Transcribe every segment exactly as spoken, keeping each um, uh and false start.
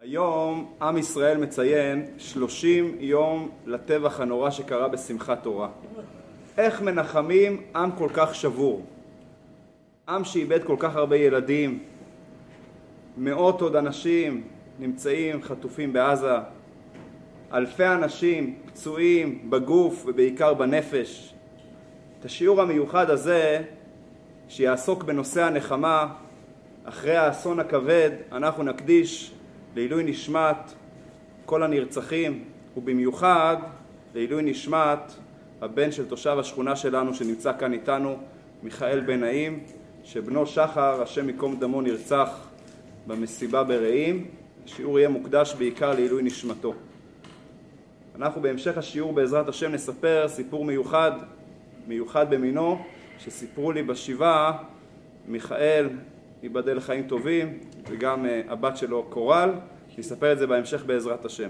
היום עם ישראל מציין שלושים יום לטבח הנורא שקרה בשמחת תורה. איך מנחמים עם כל כך שבור? עם שאיבד כל כך הרבה ילדים, מאות עוד אנשים נמצאים חטופים בעזה, אלפי אנשים פצועים בגוף ובעיקר בנפש. את השיעור המיוחד הזה שיעסוק בנושא הנחמה אחרי האסון הכבד אנחנו נקדיש לעילוי נשמת כל הנרצחים, ובמיוחד לעילוי נשמת הבן של תושב השכונה שלנו שנמצא כאן איתנו, מיכאל בן נעים, שבנו שחר, השם ייקום דמו, נרצח במסיבה ברעים. השיעור יהיה מוקדש בעיקר לעילוי נשמתו. אנחנו בהמשך השיעור בעזרת השם נספר סיפור מיוחד, מיוחד במינו, שסיפרו לי בשבעה. מיכאל ייבדל לחיים טובים, וגם uh, הבת שלו קורל. נספר את זה בהמשך בעזרת השם.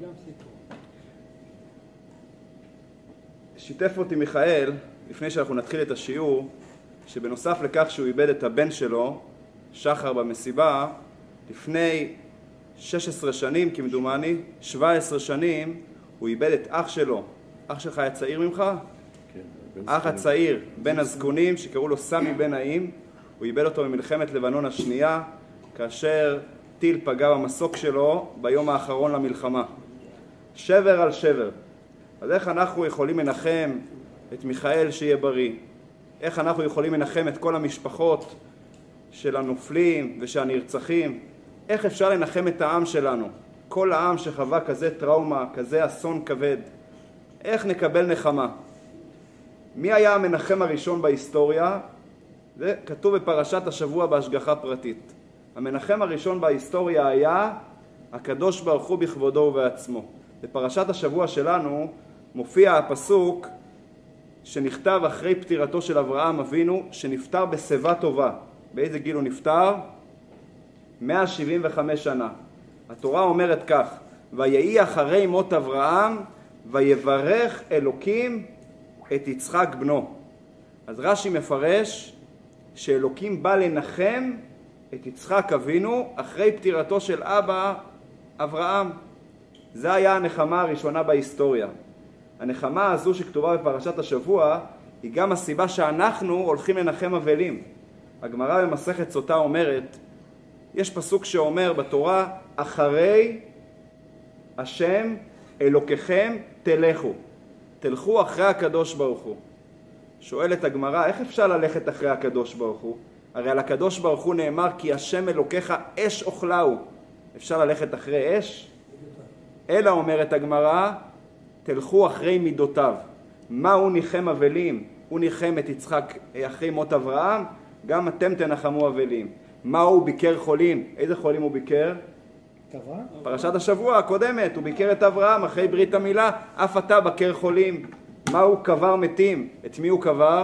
שיתף אותי מיכאל, לפני שאנחנו נתחיל את השיעור, שבנוסף לכך שהוא איבד את הבן שלו, שחר, במסיבה, לפני שש עשרה שנים כמדומני, שבע עשרה שנים, הוא איבד את אח שלו. אח שלך היה צעיר ממך? כן. אח הצעיר, בן הזקונים, שקראו לו סמי בן נעים. הוא איבד אותו במלחמת לבנון השנייה, כאשר טיל פגע במסוק שלו ביום האחרון למלחמה. שבר על שבר. אז איך אנחנו יכולים לנחם את מיכאל שיהיה בריא? איך אנחנו יכולים לנחם את כל המשפחות של הנופלים ושל הנרצחים? איך אפשר לנחם את העם שלנו? כל העם שחווה כזה טראומה, כזה אסון כבד. איך נקבל נחמה? מי היה המנחם הראשון בהיסטוריה? זה כתוב בפרשת השבוע בהשגחה פרטית. המנחם הראשון בהיסטוריה היה הקדוש ברוך הוא בכבודו ובעצמו. בפרשת השבוע שלנו מופיע הפסוק שנכתב אחרי פטירתו של אברהם אבינו, שנפטר בשיבה טובה. באיזה גיל הוא נפטר? מאה שבעים וחמש שנה. התורה אומרת כך: ויהי אחרי מות אברהם ויברך אלוקים את יצחק בנו. אז רש"י מפרש שאלוקים בא לנחם את יצחק אבינו אחרי פטירתו של אבא אברהם. זה היה הנחמה הראשונה בהיסטוריה. הנחמה הזו שכתובה בפרשת השבוע היא גם הסיבה שאנחנו הולכים לנחם אבלים. הגמרא במסכת סוטה אומרת, יש פסוק שאומר בתורה, אחרי השם אלוקיכם תלכו. תלכו אחרי הקדוש ברוך הוא. שואלת הגמרא, איך אפשר ללכת אחרי הקדוש ברוך הוא? הרי על הקדוש ברוך הוא נאמר, כי השם אלוקיך אש אוכלהו. אפשר ללכת אחרי אש? אלא אומרת הגמרא, תלכו אחרי מידותיו. מה הוא ניחם אבלים? הוא ניחם את יצחק אחרי מות אברהם, גם אתם תנחמו אבלים. מה הוא ביקר חולים? איזה חולים הוא ביקר? פרשת השבוע הקודמת, הוא ביקר את אברהם אחרי ברית המילה, אף אתה בקר חולים. מה הוא קבר מתים? את מי הוא קבר?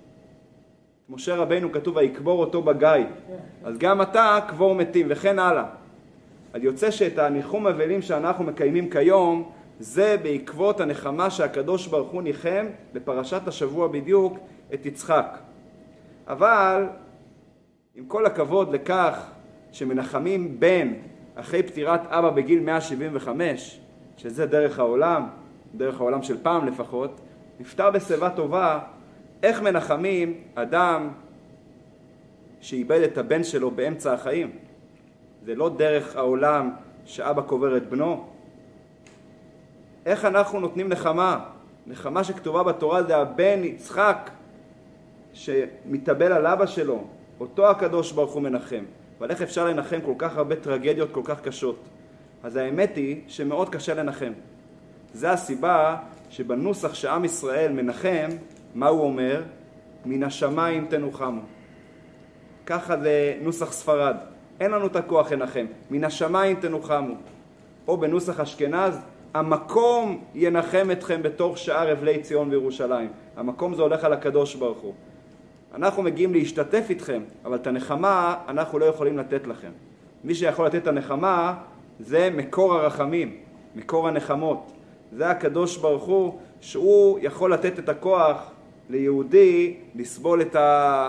משה רבינו כתוב, ויקבור אותו בגיא. אז גם אתה קבור מתים, וכן הלאה. אז יוצא שאת הניחום אבלים שאנחנו מקיימים כיום, זה בעקבות הנחמה שהקדוש ברוך הוא ניחם בפרשת השבוע בדיוק את יצחק. אבל עם כל הכבוד לכך שמנחמים בן אחרי פטירת אבא בגיל מאה שבעים וחמש, שזה דרך העולם, דרך העולם של פעם לפחות, נפטר בשיבה טובה. איך מנחמים אדם שאיבד את הבן שלו באמצע החיים? זה לא דרך העולם שאבא קובר את בנו. איך אנחנו נותנים נחמה? נחמה שכתובה בתורה זה הבן יצחק שמתאבל על אבא שלו. אותו הקדוש ברוך הוא מנחם. אבל איך אפשר לנחם כל כך הרבה טרגדיות כל כך קשות? אז האמת היא שמאוד קשה לנחם. זה הסיבה שבנוסח שעם ישראל מנחם, מה הוא אומר? מן השמיים תנוחמו. ככה זה נוסח ספרד. אין לנו את הכוח לנחם. מן השמיים תנוחמו. או בנוסח אשכנז, המקום ינחם אתכם בתוך שאר אבלי ציון וירושלים. המקום זה הולך על הקדוש ברוך הוא. אנחנו מגיעים להשתתף איתכם, אבל את הנחמה אנחנו לא יכולים לתת לכם. מי שיכול לתת את הנחמה זה מקור הרחמים, מקור הנחמות. זה הקדוש ברוך הוא, שהוא יכול לתת את הכוח ליהודי לסבול את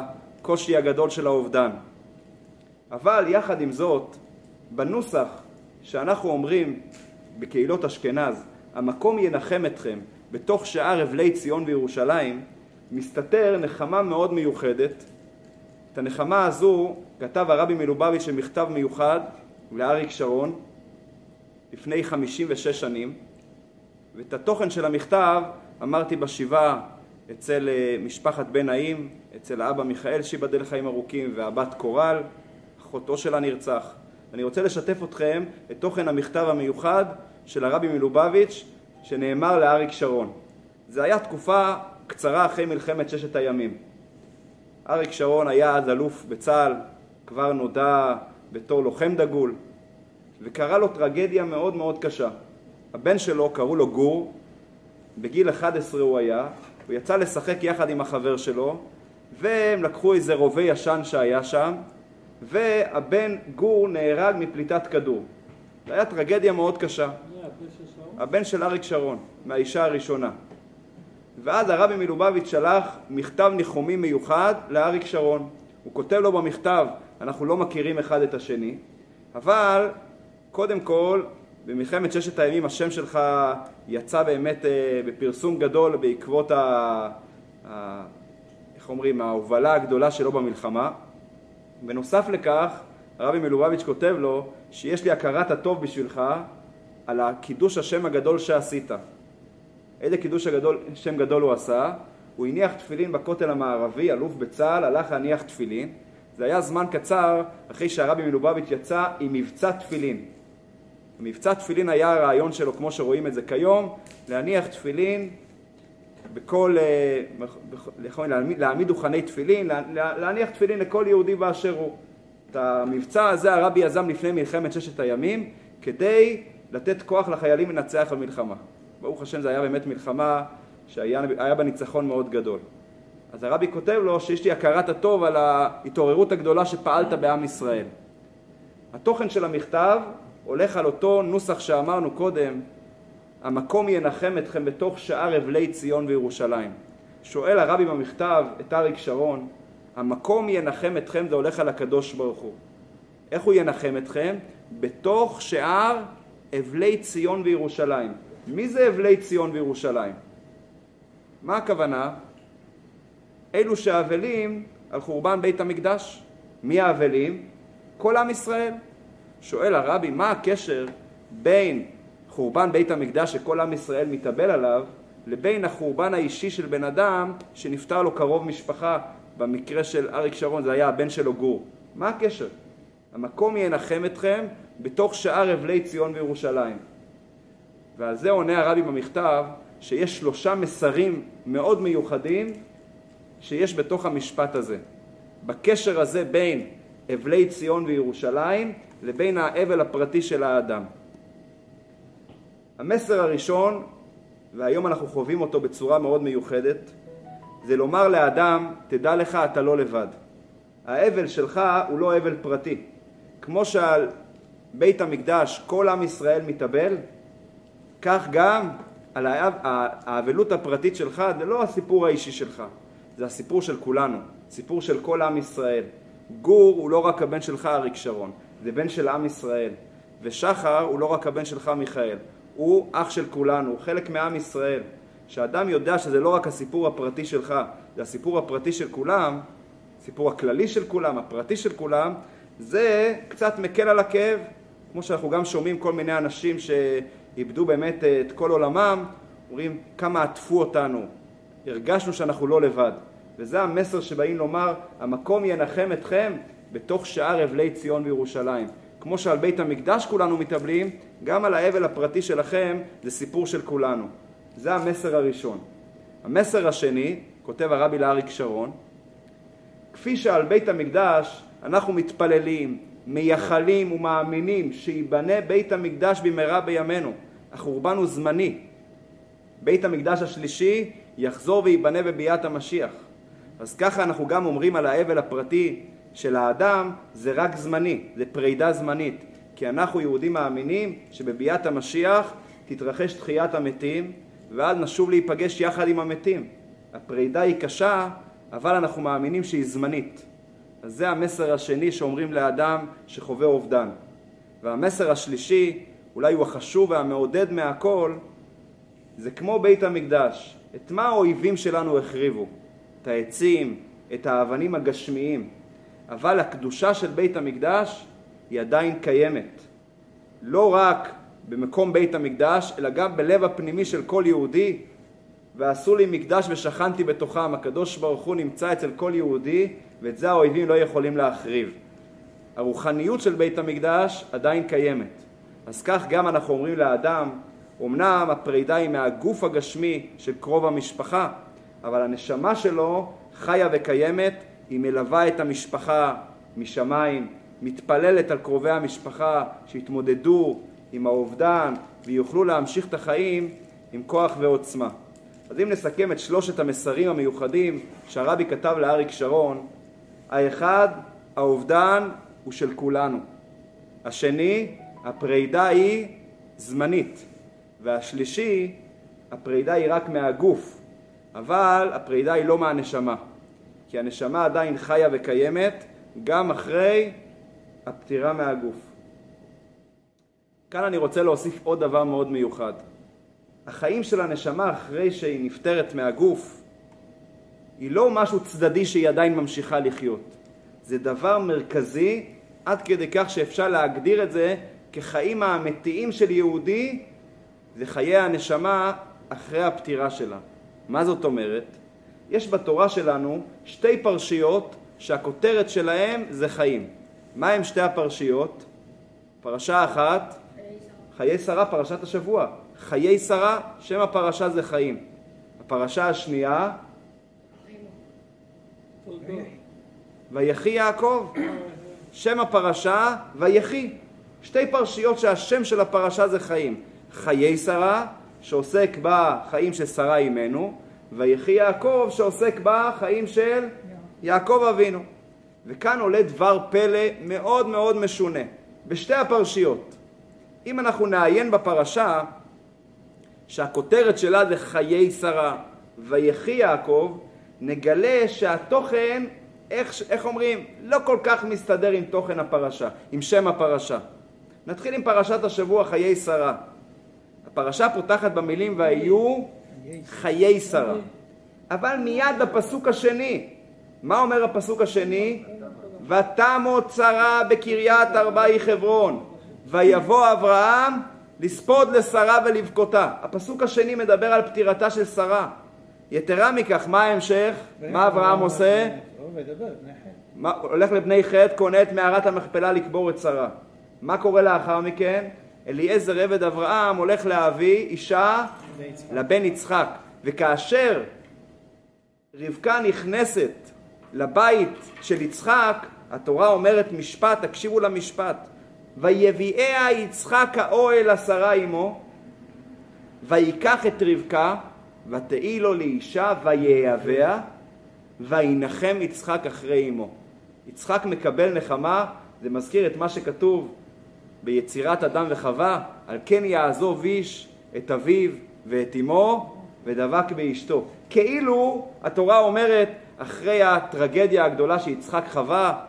הקושי הגדול של האובדן. אבל יחד עם זאת, בנוסח שאנחנו אומרים בקהילות אשכנז, המקום ינחם אתכם בתוך שער אבלי ציון וירושלים, מסתתר נחמה מאוד מיוחדת. את הנחמה הזו כתב הרבי מלובביץ' במכתב מיוחד לאריק שרון לפני חמישים ושש שנים, ואת התוכן של המכתב אמרתי בשבעה אצל משפחת בן נעים, אצל האבא מיכאל שיבדל חיים ארוכים והבת קורל, אחותו שלה נרצח. אני רוצה לשתף אתכם את תוכן המכתב המיוחד של הרבי מלובביץ' שנאמר לאריק שרון. זה היה תקופה קצרה אחרי מלחמת ששת הימים. אריק שרון היה אז אלוף בצה"ל, כבר נודע בתור לוחם דגול, וקרה לו טרגדיה מאוד מאוד קשה. הבן שלו, קראו לו גור, בגיל אחת עשרה הוא היה, הוא יצא לשחק יחד עם החבר שלו, והם לקחו איזה רובה ישן שהיה שם, והבן גור נהרג מפליטת כדור. זה היה טרגדיה מאוד קשה. הבן של אריק שרון, מהאישה הראשונה. ואז הרבי מלובביץ' שלח מכתב ניחומי מיוחד לאריק שרון. הוא כותב לו במכתב, אנחנו לא מכירים אחד את השני, אבל קודם כל, במלחמת ששת הימים השם שלך יצא באמת בפרסום גדול בעקבות ה... ה... איך אומרים, ההובלה הגדולה שלו במלחמה. בנוסף לכך, הרבי מלובביץ' כותב לו שיש לי הכרת הטוב בשבילך על הקידוש השם הגדול שעשית. איזה קידוש הגדול, שם גדול הוא עשה? הוא הניח תפילין בכותל המערבי, אלוף בצה"ל, הלך להניח תפילין. זה היה זמן קצר אחרי שהרבי מלובביץ' יצא עם מבצע תפילין. המבצע תפילין היה הרעיון שלו, כמו שרואים את זה כיום, להניח תפילין בכל, להעמיד דוכני תפילין, להניח תפילין לכל יהודי באשר הוא. את המבצע הזה הרבי יזם לפני מלחמת ששת הימים, כדי לתת כוח לחיילים לנצח במלחמה. ברוך השם, זה היה באמת מלחמה שהיה בה ניצחון מאוד גדול. אז הרבי כותב לו שיש לי הכרת הטוב על ההתעוררות הגדולה שפעלת בעם ישראל. התוכן של המכתב הולך על אותו נוסח שאמרנו קודם, המקום ינחם אתכם בתוך שער אבלי ציון וירושלים. שואל הרבי במכתב את אריק שרון, המקום ינחם אתכם, זה הולך על הקדוש ברוך הוא. איך הוא ינחם אתכם? בתוך שער אבלי ציון וירושלים. מי זה אבלי ציון וירושלים? מה הכוונה? אלו שהאבלים על חורבן בית המקדש. מי האבלים? כל עם ישראל. שואל הרבי, מה הקשר בין חורבן בית המקדש שכל עם ישראל מתאבל עליו, לבין החורבן האישי של בן אדם שנפטר לו קרוב משפחה? במקרה של אריק שרון זה היה הבן שלו גור. מה הקשר? המקום ינחם אתכם בתוך שער אבלי ציון וירושלים. ועל זה עונה הרבי במכתב שיש שלושה מסרים מאוד מיוחדים שיש בתוך המשפט הזה. בקשר הזה בין אבלי ציון וירושלים לבין האבל הפרטי של האדם. המסר הראשון, והיום אנחנו חווים אותו בצורה מאוד מיוחדת, זה לומר לאדם, תדע לך, אתה לא לבד. האבל שלך הוא לא אבל פרטי. כמו שעל בית המקדש כל עם ישראל מתאבל, כך גם על האבלות הפרטית שלך, זה לא הסיפור האישי שלך, זה הסיפור של כולנו, סיפור של כל עם ישראל. גור הוא לא רק הבן שלך אריק שרון, זה בן של עם ישראל. ושחר הוא לא רק הבן שלך מיכאל, הוא אח של כולנו, הוא חלק מעם ישראל. שאדם יודע שזה לא רק הסיפור הפרטי שלך, זה הסיפור הפרטי של כולם, הסיפור הכללי של כולם, הפרטי של כולם, זה קצת מקל על הכאב, כמו שאנחנו גם שומעים כל מיני אנשים שאיבדו באמת את כל עולמם, אומרים כמה עטפו אותנו, הרגשנו שאנחנו לא לבד. וזה המסר שבאים לומר, המקום ינחם אתכם בתוך שער אבלי ציון וירושלים. כמו שעל בית המקדש כולנו מתאבלים, גם על האבל הפרטי שלכם זה סיפור של כולנו. זה המסר הראשון. המסר השני, כותב הרבי לאריק שרון, כפי שעל בית המקדש אנחנו מתפללים, מייחלים ומאמינים שיבנה בית המקדש במהרה בימינו. החורבן הוא זמני. בית המקדש השלישי יחזור ויבנה בביאת המשיח. אז ככה אנחנו גם אומרים על האבל הפרטי של האדם, זה רק זמני, זה פרידה זמנית. כי אנחנו יהודים מאמינים שבביאת המשיח תתרחש תחיית המתים, ואז נשוב להיפגש יחד עם המתים. הפרידה היא קשה, אבל אנחנו מאמינים שהיא זמנית. אז זה המסר השני שאומרים לאדם שחווה אובדן. והמסר השלישי, אולי הוא החשוב והמעודד מהכל, זה כמו בית המקדש. את מה האויבים שלנו החריבו? את העצים, את האבנים הגשמיים. אבל הקדושה של בית המקדש היא עדיין קיימת. לא רק במקום בית המקדש, אלא גם בלב הפנימי של כל יהודי. ועשו לי מקדש ושכנתי בתוכם. הקדוש ברוך הוא נמצא אצל כל יהודי, ואת זה האויבים לא יכולים להחריב. הרוחניות של בית המקדש עדיין קיימת. אז כך גם אנחנו אומרים לאדם, אמנם הפרידה היא מהגוף הגשמי של קרוב המשפחה, אבל הנשמה שלו חיה וקיימת, היא מלווה את המשפחה משמיים, מתפללת על קרובי המשפחה שהתמודדו עם האובדן ויוכלו להמשיך את החיים עם כוח ועוצמה. אז אם נסכם את שלושת המסרים המיוחדים שהרבי כתב לאריק שרון, האחד, האובדן הוא של כולנו. השני, הפרידה היא זמנית. והשלישי, הפרידה היא רק מהגוף, אבל הפרידה היא לא מהנשמה. כי הנשמה עדיין חיה וקיימת גם אחרי הפטירה מהגוף. כאן אני רוצה להוסיף עוד דבר מאוד מיוחד. החיים של הנשמה אחרי שהיא נפטרת מהגוף, היא לא משהו צדדי שהיא עדיין ממשיכה לחיות. זה דבר מרכזי עד כדי כך שאפשר להגדיר את זה כחיים האמיתיים של יהודי, זה חיי הנשמה אחרי הפטירה שלה. מה זאת אומרת? יש בתורה שלנו שתי פרשיות שהכותרת שלהם זה חיים. מה הם שתי הפרשיות? פרשה אחת, חיי שרה, פרשת השבוע. חיי שרה, שם הפרשה זה חיים. הפרשה השנייה, ויחי יעקב. שם הפרשה, ויחי. שתי פרשיות שהשם של הפרשה זה חיים. חיי שרה, שעוסק בחיים של שרה אימנו, ויחי יעקב, שעוסק בחיים של יעקב אבינו. וכאן עולה דבר פלא מאוד מאוד משונה, בשתי הפרשיות. אם אנחנו נעיין בפרשה, שהכותרת שלה זה חיי שרה, ויחי יעקב, נגלה שהתוכן, איך, איך אומרים, לא כל כך מסתדר עם תוכן הפרשה, עם שם הפרשה. נתחיל עם פרשת השבוע, חיי שרה. הפרשה פותחת במילים והיו חיי שרה. אבל מיד בפסוק השני, מה אומר הפסוק השני? ותמות שרה בקריית ארבעי חברון, ויבוא אברהם לספוד לשרה ולבכותה. הפסוק השני מדבר על פטירתה של שרה. יתרה מכך, מה ההמשך? מה אברהם עושה? הולך לבני חטא, קונה את מערת המכפלה לקבור את שרה. מה קורה לאחר מכן? אליעזר עבד אברהם הולך להביא אישה לבן יצחק. וכאשר רבקה נכנסת לבית של יצחק, התורה אומרת משפט, תקשיבו למשפט. ויביאיה יצחק האוהל לשרה אמו, ויקח את רבקה, ותהי לו לאישה, ויאהביה, וינחם יצחק אחרי אמו. יצחק מקבל נחמה, זה מזכיר את מה שכתוב ביצירת אדם וחווה, על כן יעזוב איש את אביו ואת אמו, ודבק באשתו. כאילו התורה אומרת, אחרי הטרגדיה הגדולה שיצחק חווה,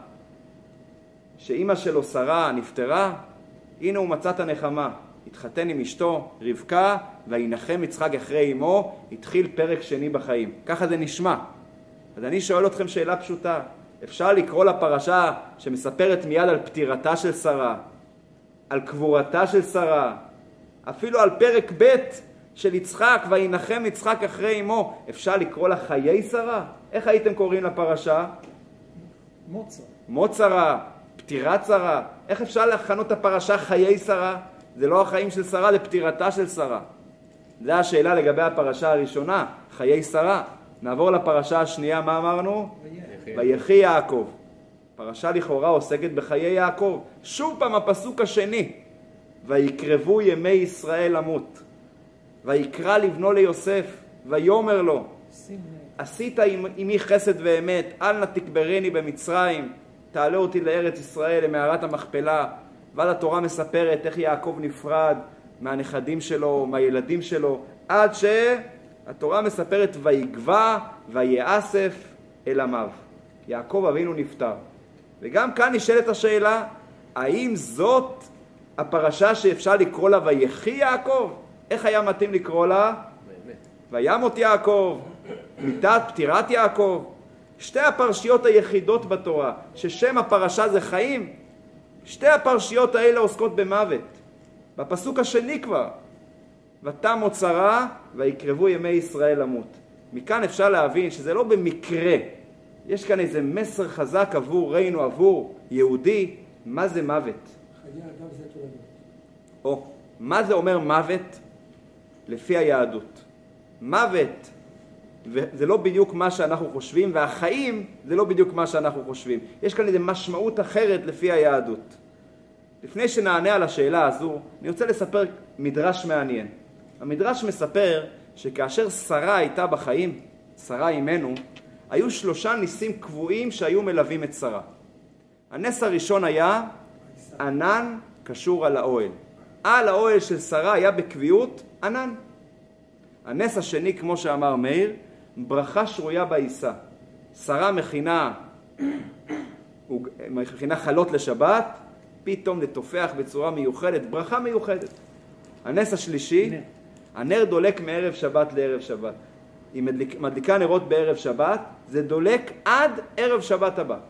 שאמא שלו שרה נפטרה, הנה הוא מצא את הנחמה. התחתן עם אשתו רבקה, וינחם יצחק אחרי אמו, התחיל פרק שני בחיים. ככה זה נשמע. אז אני שואל אתכם שאלה פשוטה. אפשר לקרוא לפרשה שמספרת מיד על פטירתה של שרה, על קבורתה של שרה, אפילו על פרק ב' של יצחק, וינחם יצחק אחרי אמו, אפשר לקרוא לה חיי שרה? איך הייתם קוראים לפרשה? מוצא. מוצרה, פטירת שרה. איך אפשר לכנות את הפרשה חיי שרה? זה לא החיים של שרה, זה פטירתה של שרה. זו השאלה לגבי הפרשה הראשונה, חיי שרה. נעבור לפרשה השנייה, מה אמרנו? ויחי יעקב. פרשה לכאורה עוסקת בחיי יעקב. שוב פעם הפסוק השני, ויקרבו ימי ישראל למות. ויקרא לבנו ליוסף, ויאמר לו, עשית עמי חסד ואמת, אל נא תקברני במצרים, תעלה אותי לארץ ישראל, למערת המכפלה. ועד התורה מספרת איך יעקב נפרד מהנכדים שלו, מהילדים שלו, עד שהתורה מספרת ויגבע ויאסף אל עמיו. יעקב אבינו נפטר. וגם כאן נשאלת השאלה, האם זאת הפרשה שאפשר לקרוא לה ויחי יעקב, איך היה מתאים לקרוא לה? וימות יעקב, מיתת פטירת יעקב. שתי הפרשיות היחידות בתורה ששם הפרשה זה חיים, שתי הפרשיות האלה עוסקות במוות. בפסוק השני כבר, ותמות שרה ויקרבו ימי ישראל למות. מכאן אפשר להבין שזה לא במקרה, יש כאן איזה מסר חזק עבורנו, עבור יהודי, מה זה מוות. חיי אדם זה תולדות. או, מה זה אומר מוות לפי היהדות? מוות, וזה לא בדיוק מה שאנחנו חושבים, והחיים זה לא בדיוק מה שאנחנו חושבים. יש כאן איזו משמעות אחרת לפי היהדות. לפני שנענה על השאלה הזו, אני רוצה לספר מדרש מעניין. המדרש מספר שכאשר שרה הייתה בחיים, שרה אימנו, היו שלושה ניסים קבועים שהיו מלווים את שרה. הנס הראשון היה ענן קשור על האוהל. על האוהל של שרה היה בקביעות ענן. הנס השני, כמו שאמר מאיר, ברכה שרויה בעיסה. שרה מכינה, מכינה חלות לשבת, פתאום לתופח בצורה מיוחדת, ברכה מיוחדת. הנס השלישי, הנר דולק מערב שבת לערב שבת. היא מדליק, מדליקה נרות בערב שבת, זה דולק עד ערב שבת הבא.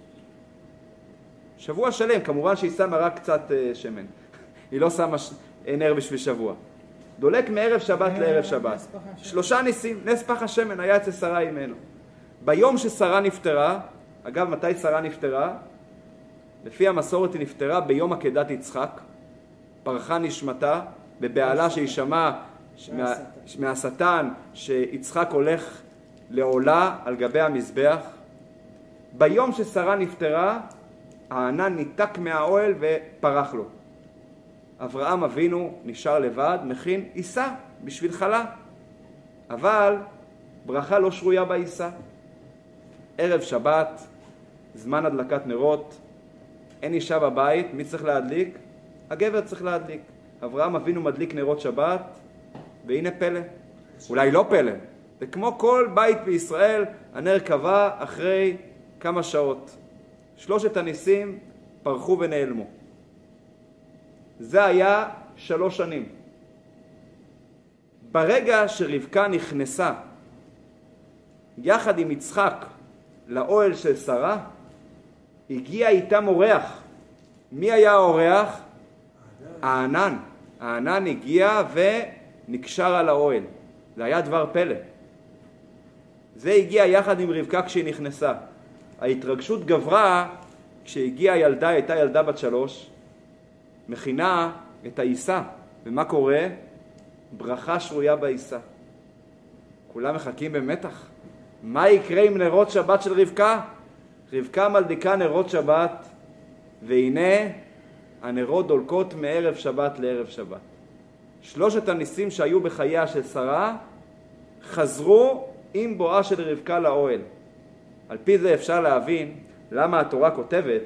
שבוע שלם, כמובן שהיא שמה רק קצת uh, שמן. היא לא שמה ש... נר בשביל שבוע. דולק מערב שבת לערב שבת. שלושה ניסים, נס פח השמן היה אצל שרה אימנו. ביום ששרה נפטרה, אגב, מתי שרה נפטרה? לפי המסורת היא נפטרה ביום עקדת יצחק, פרחה נשמתה, בבעלה שישמע מה, מהשטן שיצחק הולך לעולה על גבי המזבח. ביום ששרה נפטרה, הענן ניתק מהאוהל ופרח לו. אברהם אבינו נשאר לבד, מכין עיסה בשביל חלה. אבל ברכה לא שרויה בעיסה. ערב שבת, זמן הדלקת נרות, אין אישה בבית, מי צריך להדליק? הגבר צריך להדליק. אברהם אבינו מדליק נרות שבת, והנה פלא. אולי לא פלא. זה כמו כל בית בישראל, הנר קבע אחרי כמה שעות. שלושת הניסים פרחו ונעלמו. זה היה שלוש שנים. ברגע שרבקה נכנסה יחד עם יצחק לאוהל של שרה, הגיע איתם אורח. מי היה האורח? הענן. הענן הגיע ונקשר על האוהל. זה היה דבר פלא. זה הגיע יחד עם רבקה כשהיא נכנסה. ההתרגשות גברה כשהגיעה ילדה, הייתה ילדה בת שלוש, מכינה את העיסה. ומה קורה? ברכה שרויה בעיסה. כולם מחכים במתח. מה יקרה עם נרות שבת של רבקה? רבקה מלדיקה נרות שבת, והנה הנרות דולקות מערב שבת לערב שבת. שלושת הניסים שהיו בחייה של שרה חזרו עם בואה של רבקה לאוהל. על פי זה אפשר להבין למה התורה כותבת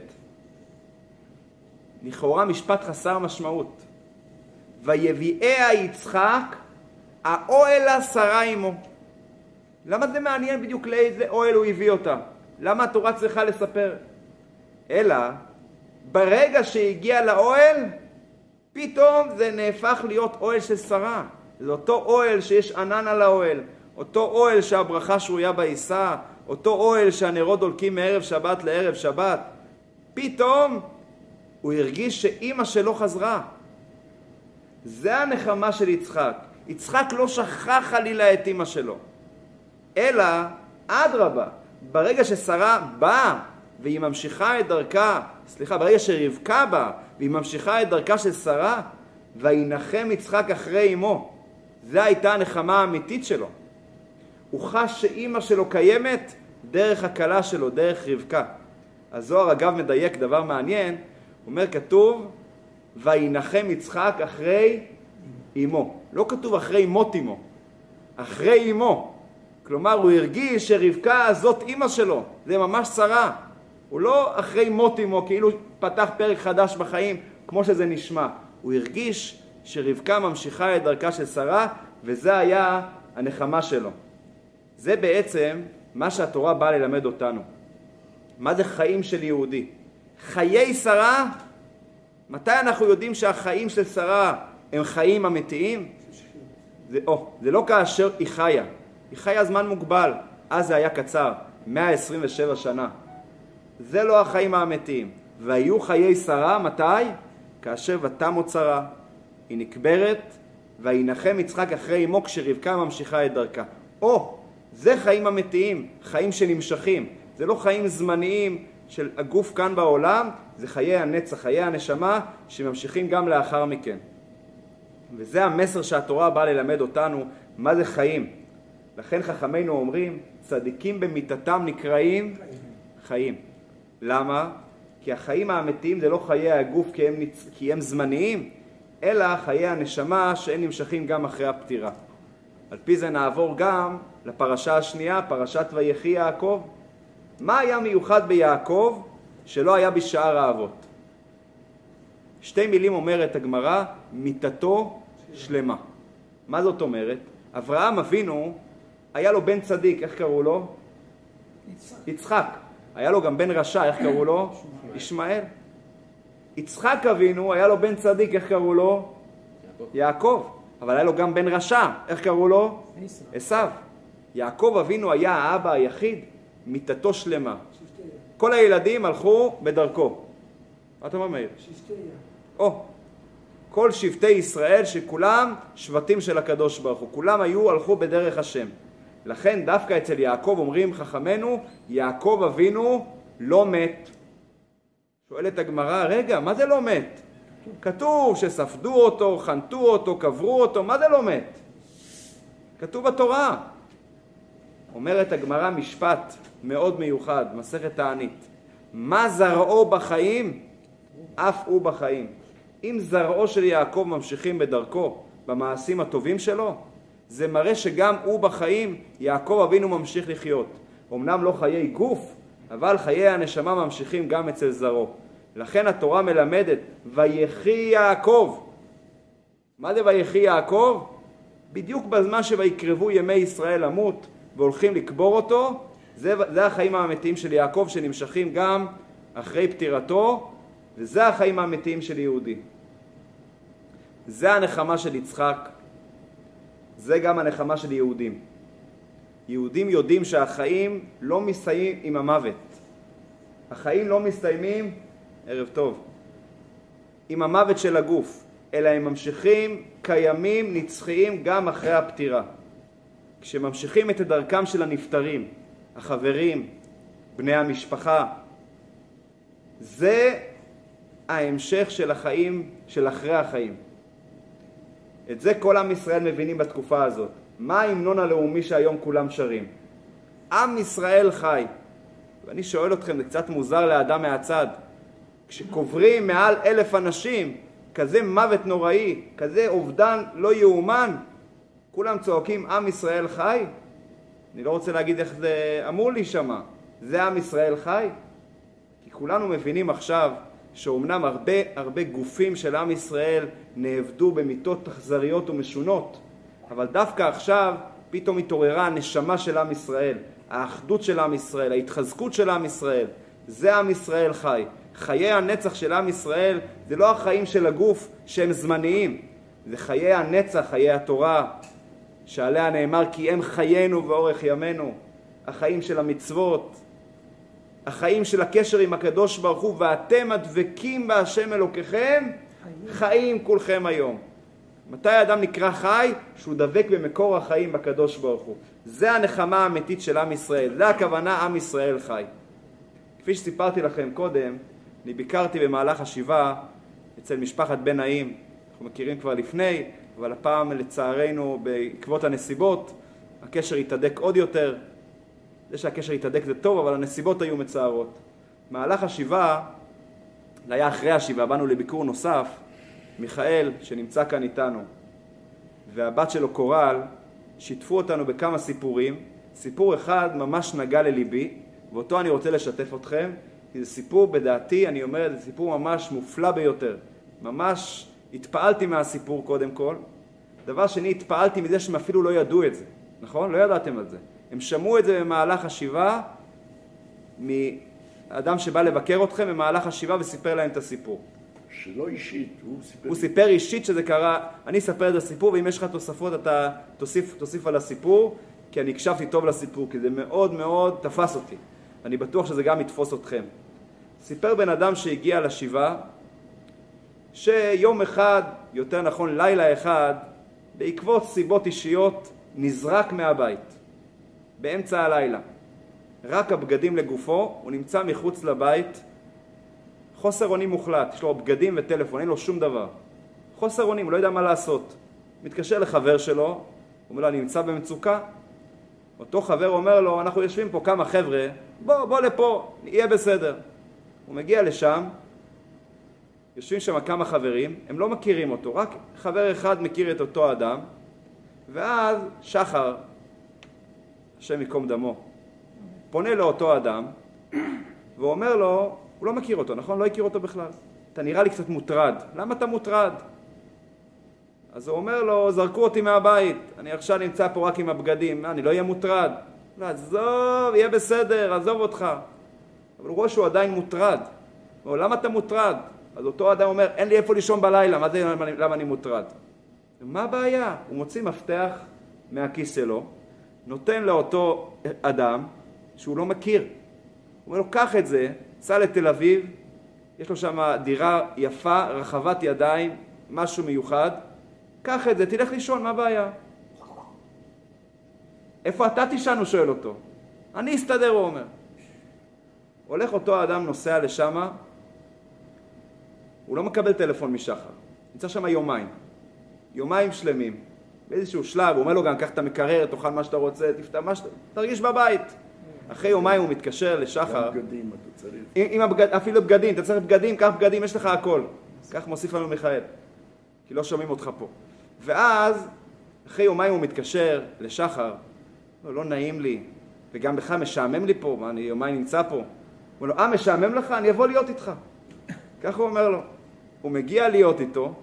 לכאורה משפט חסר משמעות. ויביאה יצחק האוהלה שרה עמו. למה זה מעניין בדיוק לאיזה אוהל הוא הביא אותה? למה התורה צריכה לספר? אלא ברגע שהגיע לאוהל, פתאום זה נהפך להיות אוהל של שרה. זה אותו אוהל שיש ענן על האוהל, אותו אוהל שהברכה שרויה בעיסה, אותו אוהל שהנרות דולקים מערב שבת לערב שבת. פתאום הוא הרגיש שאימא שלו חזרה. זה הנחמה של יצחק. יצחק לא שכח חלילה את אימא שלו, אלא אדרבה, ברגע ששרה באה והיא ממשיכה את דרכה, סליחה, ברגע שרבקה באה והיא ממשיכה את דרכה של שרה, וינחם יצחק אחרי אמו. זה הייתה הנחמה האמיתית שלו. הוא חש שאימא שלו קיימת דרך הכלה שלו, דרך רבקה. הזוהר אגב מדייק דבר מעניין, הוא אומר, כתוב וינחם יצחק אחרי אמו. לא כתוב אחרי מות אמו, אחרי אמו. כלומר הוא הרגיש שרבקה הזאת אימא שלו, זה ממש שרה. הוא לא אחרי מות אמו, כאילו פתח פרק חדש בחיים, כמו שזה נשמע. הוא הרגיש שרבקה ממשיכה את דרכה של שרה, וזה היה הנחמה שלו. זה בעצם מה שהתורה באה ללמד אותנו. מה זה חיים של יהודי? חיי שרה מתי אנחנו יודעים שהחיים של שרה הם חיים אמיתיים? זה, או, זה לא כאשר היא חיה. היא חיה זמן מוגבל. אז זה היה קצר, מאה עשרים ושבע שנה. זה לא החיים האמיתיים. והיו חיי שרה, מתי? כאשר ותמות שרה. היא נקברת, וינחם יצחק אחרי אמו כשרבקה ממשיכה את דרכה. או, זה חיים אמיתיים, חיים שנמשכים. זה לא חיים זמניים של הגוף כאן בעולם, זה חיי הנצח, חיי הנשמה, שממשיכים גם לאחר מכן. וזה המסר שהתורה באה ללמד אותנו, מה זה חיים. לכן חכמינו אומרים, צדיקים במיתתם נקראים חיים. למה? כי החיים האמיתיים זה לא חיי הגוף כי הם, נצ... כי הם זמניים, אלא חיי הנשמה שהם נמשכים גם אחרי הפטירה. על פי זה נעבור גם לפרשה השנייה, פרשת ויחי יעקב. מה היה מיוחד ביעקב שלא היה בשאר האבות? שתי מילים אומרת הגמרא, מיתתו שלמה. מה זאת אומרת? אברהם אבינו, היה לו בן צדיק, איך קראו לו? יצחק. יצחק. היה לו גם בן רשע, איך קראו לו? ישמעאל. יצחק אבינו, היה לו בן צדיק, איך קראו לו? יעקב. יעקב. אבל היה לו גם בן רשע, איך קראו לו? עשיו. יעקב אבינו היה האבא היחיד, מיתתו שלמה. כל הילדים הלכו בדרכו. מה אתה אומר, מאיר? שבטי ים. או, כל שבטי ישראל שכולם שבטים של הקדוש ברוך הוא, כולם היו, הלכו בדרך השם. לכן דווקא אצל יעקב אומרים חכמינו, יעקב אבינו לא מת. שואלת הגמרא, רגע, מה זה לא מת? כתוב שספדו אותו, חנתו אותו, קברו אותו, מה זה לא מת? כתוב בתורה. אומרת הגמרא משפט מאוד מיוחד, מסכת תענית. מה זרעו בחיים? אף הוא בחיים. אם זרעו של יעקב ממשיכים בדרכו, במעשים הטובים שלו, זה מראה שגם הוא בחיים, יעקב אבינו ממשיך לחיות. אמנם לא חיי גוף, אבל חיי הנשמה ממשיכים גם אצל זרעו. לכן התורה מלמדת, ויחי יעקב. מה זה ויחי יעקב? בדיוק בזמן שביקרבו ימי ישראל למות, והולכים לקבור אותו, זה, זה החיים האמיתיים של יעקב שנמשכים גם אחרי פטירתו, וזה החיים האמיתיים של יהודי. זה הנחמה של יצחק, זה גם הנחמה של יהודים. יהודים יודעים שהחיים לא מסתיימים עם המוות. החיים לא מסתיימים, ערב טוב, עם המוות של הגוף, אלא הם ממשיכים, קיימים, נצחיים גם אחרי הפטירה. כשממשיכים את דרכם של הנפטרים, החברים, בני המשפחה, זה ההמשך של החיים, של אחרי החיים. את זה כל עם ישראל מבינים בתקופה הזאת. מה ההמנון הלאומי שהיום כולם שרים? עם ישראל חי. ואני שואל אתכם, זה קצת מוזר לאדם מהצד. כשקוברים מעל אלף אנשים, כזה מוות נוראי, כזה אובדן לא יאומן, כולם צועקים, עם ישראל חי? אני לא רוצה להגיד איך זה אמור להישמע. זה עם ישראל חי? כי כולנו מבינים עכשיו שאומנם הרבה הרבה גופים של עם ישראל נאבדו במיתות אכזריות ומשונות, אבל דווקא עכשיו פתאום התעוררה הנשמה של עם ישראל, האחדות של עם ישראל, ההתחזקות של עם ישראל. זה עם ישראל חי. חיי הנצח של עם ישראל זה לא החיים של הגוף שהם זמניים, זה חיי הנצח, חיי התורה, שעליה נאמר כי הם חיינו ואורך ימינו, החיים של המצוות, החיים של הקשר עם הקדוש ברוך הוא, ואתם הדבקים בהשם אלוקיכם, חיים כולכם היום. מתי האדם נקרא חי? שהוא דבק במקור החיים בקדוש ברוך הוא. זה הנחמה האמיתית של עם ישראל, זה הכוונה עם ישראל חי. כפי שסיפרתי לכם קודם, אני ביקרתי במהלך השבעה אצל משפחת בן נעים, אנחנו מכירים כבר לפני, אבל הפעם לצערנו בעקבות הנסיבות הקשר התהדק עוד יותר. זה שהקשר התהדק זה טוב, אבל הנסיבות היו מצערות. מהלך השבעה, זה היה אחרי השבעה, באנו לביקור נוסף, מיכאל שנמצא כאן איתנו והבת שלו קורל שיתפו אותנו בכמה סיפורים. סיפור אחד ממש נגע לליבי, ואותו אני רוצה לשתף אתכם, כי זה סיפור בדעתי, אני אומר, זה סיפור ממש מופלא ביותר. ממש התפעלתי מהסיפור קודם כל. דבר שני, התפעלתי מזה שהם אפילו לא ידעו את זה. נכון? לא ידעתם על זה. הם שמעו את זה במהלך השבעה, מאדם שבא לבקר אתכם במהלך השבעה וסיפר להם את הסיפור. שלא אישית, הוא סיפר... הוא סיפר אישית שזה קרה, אני אספר את הסיפור, ואם יש לך תוספות אתה תוסיף, תוסיף על הסיפור, כי אני הקשבתי טוב לסיפור, כי זה מאוד מאוד תפס אותי. אני בטוח שזה גם יתפוס אתכם. סיפר בן אדם שהגיע לשבעה, שיום אחד, יותר נכון לילה אחד, בעקבות סיבות אישיות, נזרק מהבית. באמצע הלילה. רק הבגדים לגופו, הוא נמצא מחוץ לבית, חוסר אונים מוחלט, יש לו בגדים וטלפון, אין לו שום דבר. חוסר אונים, הוא לא יודע מה לעשות. מתקשר לחבר שלו, הוא אומר לו, אני נמצא במצוקה. אותו חבר אומר לו, אנחנו יושבים פה כמה חבר'ה, בוא, בוא לפה, יהיה בסדר. הוא מגיע לשם, יושבים שם כמה חברים, הם לא מכירים אותו, רק חבר אחד מכיר את אותו אדם, ואז שחר, השם יקום דמו, פונה לאותו אדם, ואומר לו, הוא לא מכיר אותו, נכון? לא הכיר אותו בכלל. אתה נראה לי קצת מוטרד. למה אתה מוטרד? אז הוא אומר לו, זרקו אותי מהבית, אני עכשיו נמצא פה רק עם הבגדים, אני לא אהיה מוטרד. לא, עזוב, יהיה בסדר, עזוב אותך. אבל הוא רואה שהוא עדיין מוטרד. הוא אומר, למה אתה מוטרד? אז אותו אדם אומר, אין לי איפה לישון בלילה, מה זה, למה, למה אני מוטרד? מה הבעיה? הוא מוציא מפתח מהכיס שלו, נותן לאותו אדם שהוא לא מכיר. הוא אומר לו, קח את זה, סע לתל אביב, יש לו שם דירה יפה, רחבת ידיים, משהו מיוחד, קח את זה, תלך לישון, מה הבעיה? איפה אתה תישן? הוא שואל אותו. אני אסתדר, הוא אומר. הולך אותו האדם, נוסע לשם, הוא לא מקבל טלפון משחר. נמצא שם יומיים. יומיים שלמים. באיזשהו שלב, הוא אומר לו גם, קח את המקרר, תאכל מה שאתה רוצה, תפתח מה שאתה... תרגיש בבית. אחרי יומיים הוא מתקשר לשחר. גם בגדים אתה צריך. עם, עם הבגד, אפילו בגדים, אתה צריך בגדים, קח בגדים, יש לך הכל. כך מוסיף לנו מיכאל. כי לא שומעים אותך פה. ואז, אחרי יומיים הוא מתקשר לשחר. לא, לא נעים לי. וגם לך משעמם לי פה, אני יומיים נמצא פה. הוא אומר לו, אה, משעמם לך? אני אבוא להיות איתך. כך הוא אומר לו. הוא מגיע להיות איתו,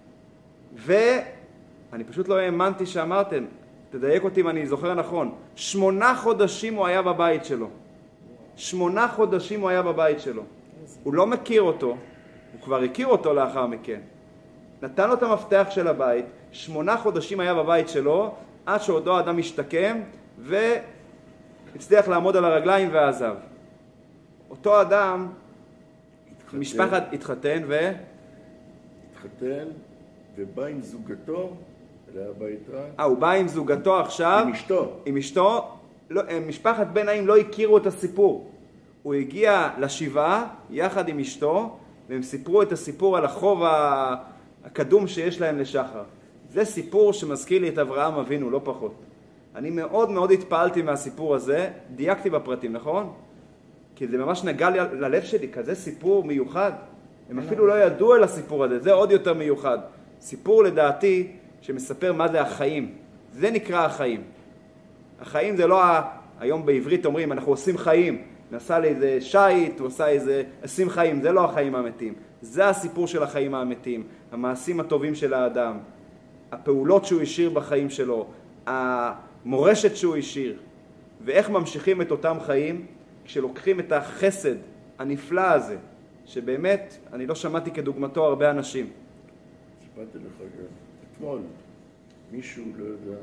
ואני פשוט לא האמנתי שאמרתם, תדייק אותי אם אני זוכר נכון, שמונה חודשים הוא היה בבית שלו. שמונה חודשים הוא היה בבית שלו. הוא לא מכיר אותו, הוא כבר הכיר אותו לאחר מכן. נתן לו את המפתח של הבית, שמונה חודשים היה בבית שלו, עד שאותו אדם השתקם, והצליח לעמוד על הרגליים ועזב. אותו אדם, התחתן, משפחת התחתן ו... התחתן ובא עם זוגתו להביתה. אה, הוא בא עם זוגתו עכשיו. עם אשתו. עם אשתו. לא, משפחת בן נעים לא הכירו את הסיפור. הוא הגיע לשבעה יחד עם אשתו, והם סיפרו את הסיפור על החוב הקדום שיש להם לשחר. זה סיפור שמזכיר לי את אברהם אבינו, לא פחות. אני מאוד מאוד התפעלתי מהסיפור הזה, דייקתי בפרטים, נכון? כי זה ממש נגע לי ללב שלי, כזה סיפור מיוחד. הם אפילו לא ידעו על הסיפור הזה, זה עוד יותר מיוחד. סיפור לדעתי שמספר מה זה החיים. זה נקרא החיים. החיים זה לא, ה... היום בעברית אומרים, אנחנו עושים חיים. נסע לאיזה שייט, הוא עושה איזה עושים חיים, זה לא החיים האמיתיים. זה הסיפור של החיים האמיתיים, המעשים הטובים של האדם, הפעולות שהוא השאיר בחיים שלו, המורשת שהוא השאיר, ואיך ממשיכים את אותם חיים כשלוקחים את החסד הנפלא הזה, שבאמת אני לא שמעתי כדוגמתו הרבה אנשים. סיפרתי לך גם, אתמול מישהו לא יודע,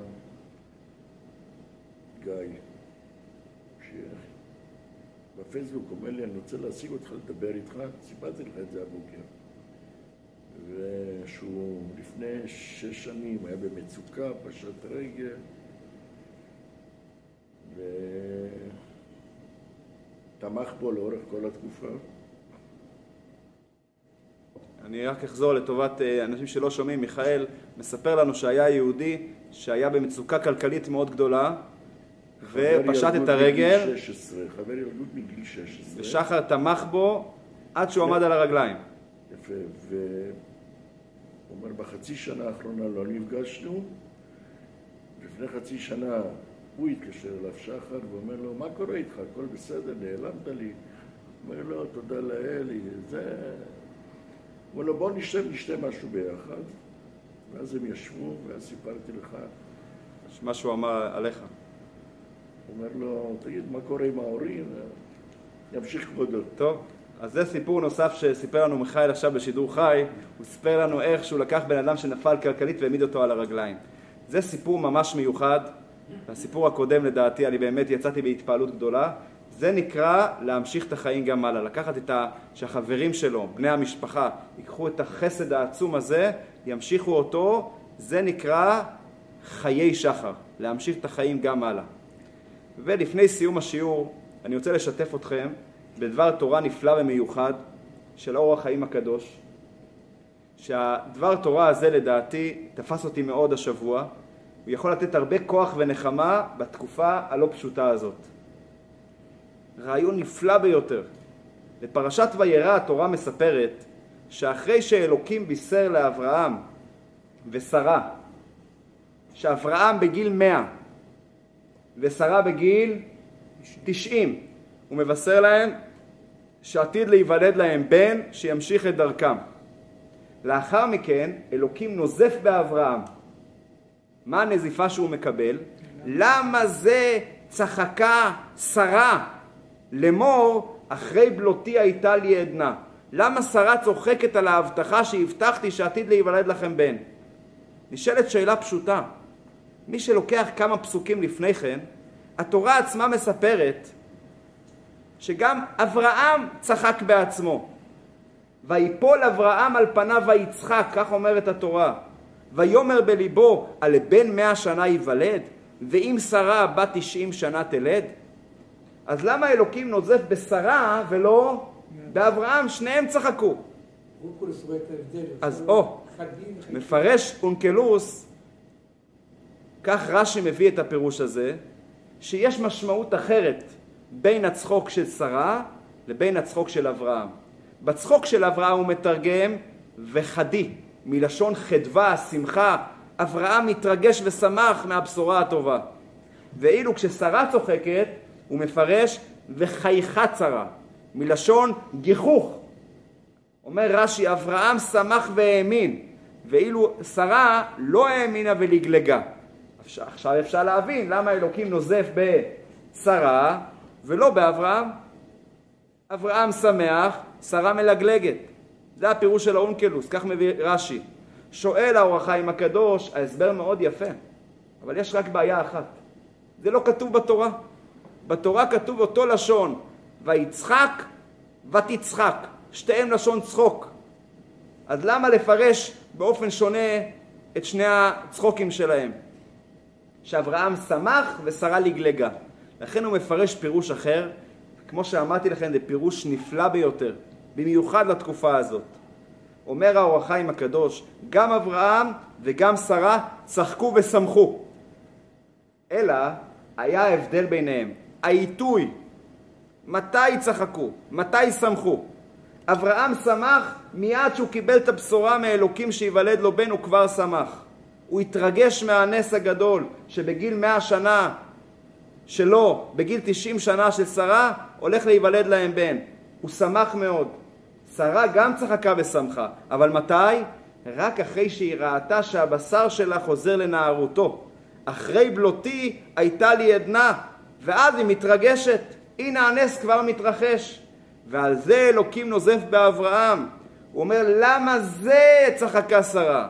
גיא, שבפייסבוק אומר לי, אני רוצה להשיג אותך לדבר איתך, סיפרתי לך את זה הבוקר. ושהוא לפני שש שנים היה במצוקה, פשט רגל, ותמך בו לאורך כל התקופה. אני רק אחזור לטובת אנשים שלא שומעים. מיכאל מספר לנו שהיה יהודי שהיה במצוקה כלכלית מאוד גדולה, ופשט את הרגל. שש עשרה, חבר ילדות מגיל שש עשרה. ושחר תמך בו עד שהוא עמד על הרגליים. יפה, והוא אומר, בחצי שנה האחרונה לא נפגשנו, לפני חצי שנה הוא התקשר אליו שחר, ואומר לו, מה קורה איתך? הכל בסדר, נעלמת לי. הוא אומר לו, תודה לאל, זה... הוא אומר לו, בוא נשתה, נשתה משהו ביחד. ואז הם ישבו, ואז סיפרתי לך. מה שהוא אמר עליך. הוא אומר לו, תגיד, מה קורה עם ההורים? ימשיך כבודו. טוב. אז זה סיפור נוסף שסיפר לנו מיכאל עכשיו בשידור חי. הוא סיפר לנו איך שהוא לקח בן אדם שנפל כלכלית והעמיד אותו על הרגליים. זה סיפור ממש מיוחד. הסיפור הקודם לדעתי, אני באמת יצאתי בהתפעלות גדולה. זה נקרא להמשיך את החיים גם הלאה. לקחת את ה... שהחברים שלו, בני המשפחה, ייקחו את החסד העצום הזה, ימשיכו אותו. זה נקרא חיי שחר. להמשיך את החיים גם הלאה. ולפני סיום השיעור, אני רוצה לשתף אתכם בדבר תורה נפלא ומיוחד של אור החיים הקדוש, שהדבר תורה הזה לדעתי תפס אותי מאוד השבוע. הוא יכול לתת הרבה כוח ונחמה בתקופה הלא פשוטה הזאת. רעיון נפלא ביותר. בפרשת וירא התורה מספרת שאחרי שאלוקים בישר לאברהם ושרה, שאברהם בגיל מאה ושרה בגיל תשעים, הוא מבשר להם שעתיד להיוולד להם בן שימשיך את דרכם. לאחר מכן אלוקים נוזף באברהם. מה הנזיפה שהוא מקבל? למה זה צחקה שרה לאמור אחרי בלותי הייתה לי עדנה? למה שרה צוחקת על ההבטחה שהבטחתי שעתיד להיוולד לכם בן? נשאלת שאלה פשוטה. מי שלוקח כמה פסוקים לפני כן, התורה עצמה מספרת שגם אברהם צחק בעצמו. ויפול אברהם על פניו ויצחק, כך אומרת התורה. ויאמר בליבו, על בן מאה שנה ייוולד, ואם שרה בת תשעים שנה תלד? אז למה אלוקים נוזף בשרה ולא באברהם? שניהם צחקו. אז או, מפרש אונקלוס, כך רש"י מביא את הפירוש הזה, שיש משמעות אחרת בין הצחוק של שרה לבין הצחוק של אברהם. בצחוק של אברהם הוא מתרגם וחדי, מלשון חדווה, שמחה. אברהם מתרגש ושמח מהבשורה הטובה. ואילו כששרה צוחקת הוא מפרש וחייכת שרה, מלשון גיחוך. אומר רש"י, אברהם שמח והאמין, ואילו שרה לא האמינה ולגלגה. עכשיו אפשר להבין למה אלוקים נוזף בשרה ולא באברהם. אברהם שמח, שרה מלגלגת. זה הפירוש של האונקלוס, כך מביא רש"י. שואל האור החיים הקדוש, ההסבר מאוד יפה, אבל יש רק בעיה אחת. זה לא כתוב בתורה. בתורה כתוב אותו לשון, ויצחק ותצחק, שתיהם לשון צחוק. אז למה לפרש באופן שונה את שני הצחוקים שלהם? שאברהם שמח ושרה לגלגה. לכן הוא מפרש פירוש אחר, כמו שאמרתי לכם, זה פירוש נפלא ביותר, במיוחד לתקופה הזאת. אומר האור החיים הקדוש, גם אברהם וגם שרה צחקו ושמחו. אלא היה הבדל ביניהם, העיתוי, מתי צחקו, מתי שמחו. אברהם שמח מיד שהוא קיבל את הבשורה מאלוקים שיוולד לו בן, הוא כבר שמח. הוא התרגש מהנס הגדול שבגיל מאה שנה שלו, בגיל תשעים שנה של שרה, הולך להיוולד להם בן. הוא שמח מאוד. שרה גם צחקה ושמחה, אבל מתי? רק אחרי שהיא ראתה שהבשר שלה חוזר לנערותו. אחרי בלותי הייתה לי עדנה, ואז היא מתרגשת. הנה הנס כבר מתרחש. ועל זה אלוקים נוזף באברהם. הוא אומר, למה זה צחקה שרה?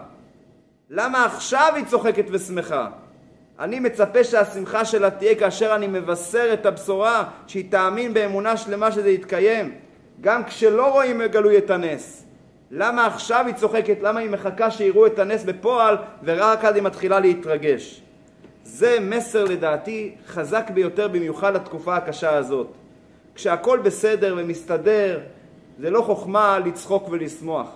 למה עכשיו היא צוחקת ושמחה? אני מצפה שהשמחה שלה תהיה כאשר אני מבשר את הבשורה, שהיא תאמין באמונה שלמה שזה יתקיים, גם כשלא רואים גלוי את הנס. למה עכשיו היא צוחקת? למה היא מחכה שיראו את הנס בפועל, ורק אז היא מתחילה להתרגש? זה מסר לדעתי חזק ביותר, במיוחד לתקופה הקשה הזאת. כשהכל בסדר ומסתדר, זה לא חוכמה לצחוק ולשמוח.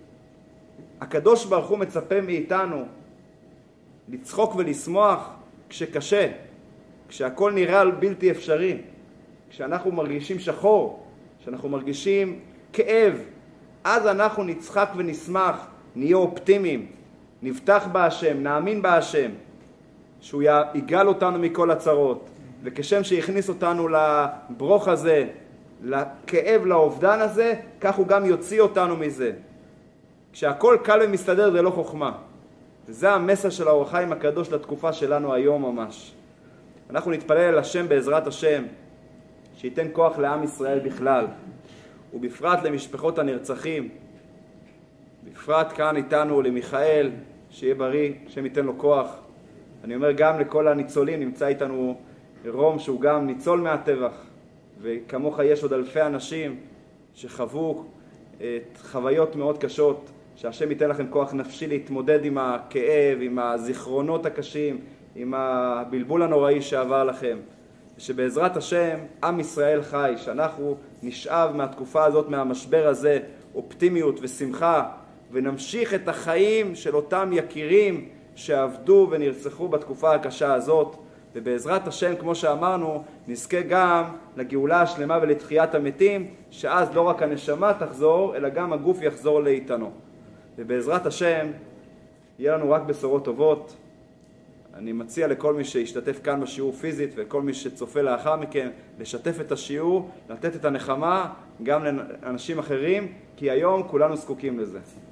הקדוש ברוך הוא מצפה מאיתנו לצחוק ולשמוח כשקשה, כשהכל נראה בלתי אפשרי, כשאנחנו מרגישים שחור, כשאנחנו מרגישים כאב, אז אנחנו נצחק ונשמח, נהיה אופטימיים, נבטח בהשם, נאמין בהשם, שהוא יגאל אותנו מכל הצרות, וכשם שהכניס אותנו לברוך הזה, לכאב, לאובדן הזה, כך הוא גם יוציא אותנו מזה. כשהכל קל ומסתדר זה לא חוכמה. זה המסר של האור החיים הקדוש לתקופה שלנו היום ממש. אנחנו נתפלל על השם בעזרת השם, שייתן כוח לעם ישראל בכלל, ובפרט למשפחות הנרצחים, בפרט כאן איתנו למיכאל, שיהיה בריא, שם ייתן לו כוח. אני אומר גם לכל הניצולים, נמצא איתנו רום שהוא גם ניצול מהטבח, וכמוך יש עוד אלפי אנשים שחוו את חוויות מאוד קשות, שהשם ייתן לכם כוח נפשי להתמודד עם הכאב, עם הזיכרונות הקשים, עם הבלבול הנוראי שעבר לכם. ושבעזרת השם, עם ישראל חי, שאנחנו נשאב מהתקופה הזאת, מהמשבר הזה, אופטימיות ושמחה, ונמשיך את החיים של אותם יקירים שעבדו ונרצחו בתקופה הקשה הזאת. ובעזרת השם, כמו שאמרנו, נזכה גם לגאולה השלמה ולתחיית המתים, שאז לא רק הנשמה תחזור, אלא גם הגוף יחזור לאיתנו. ובעזרת השם, יהיה לנו רק בשורות טובות. אני מציע לכל מי שישתתף כאן בשיעור פיזית וכל מי שצופה לאחר מכן, לשתף את השיעור, לתת את הנחמה גם לאנשים אחרים, כי היום כולנו זקוקים לזה.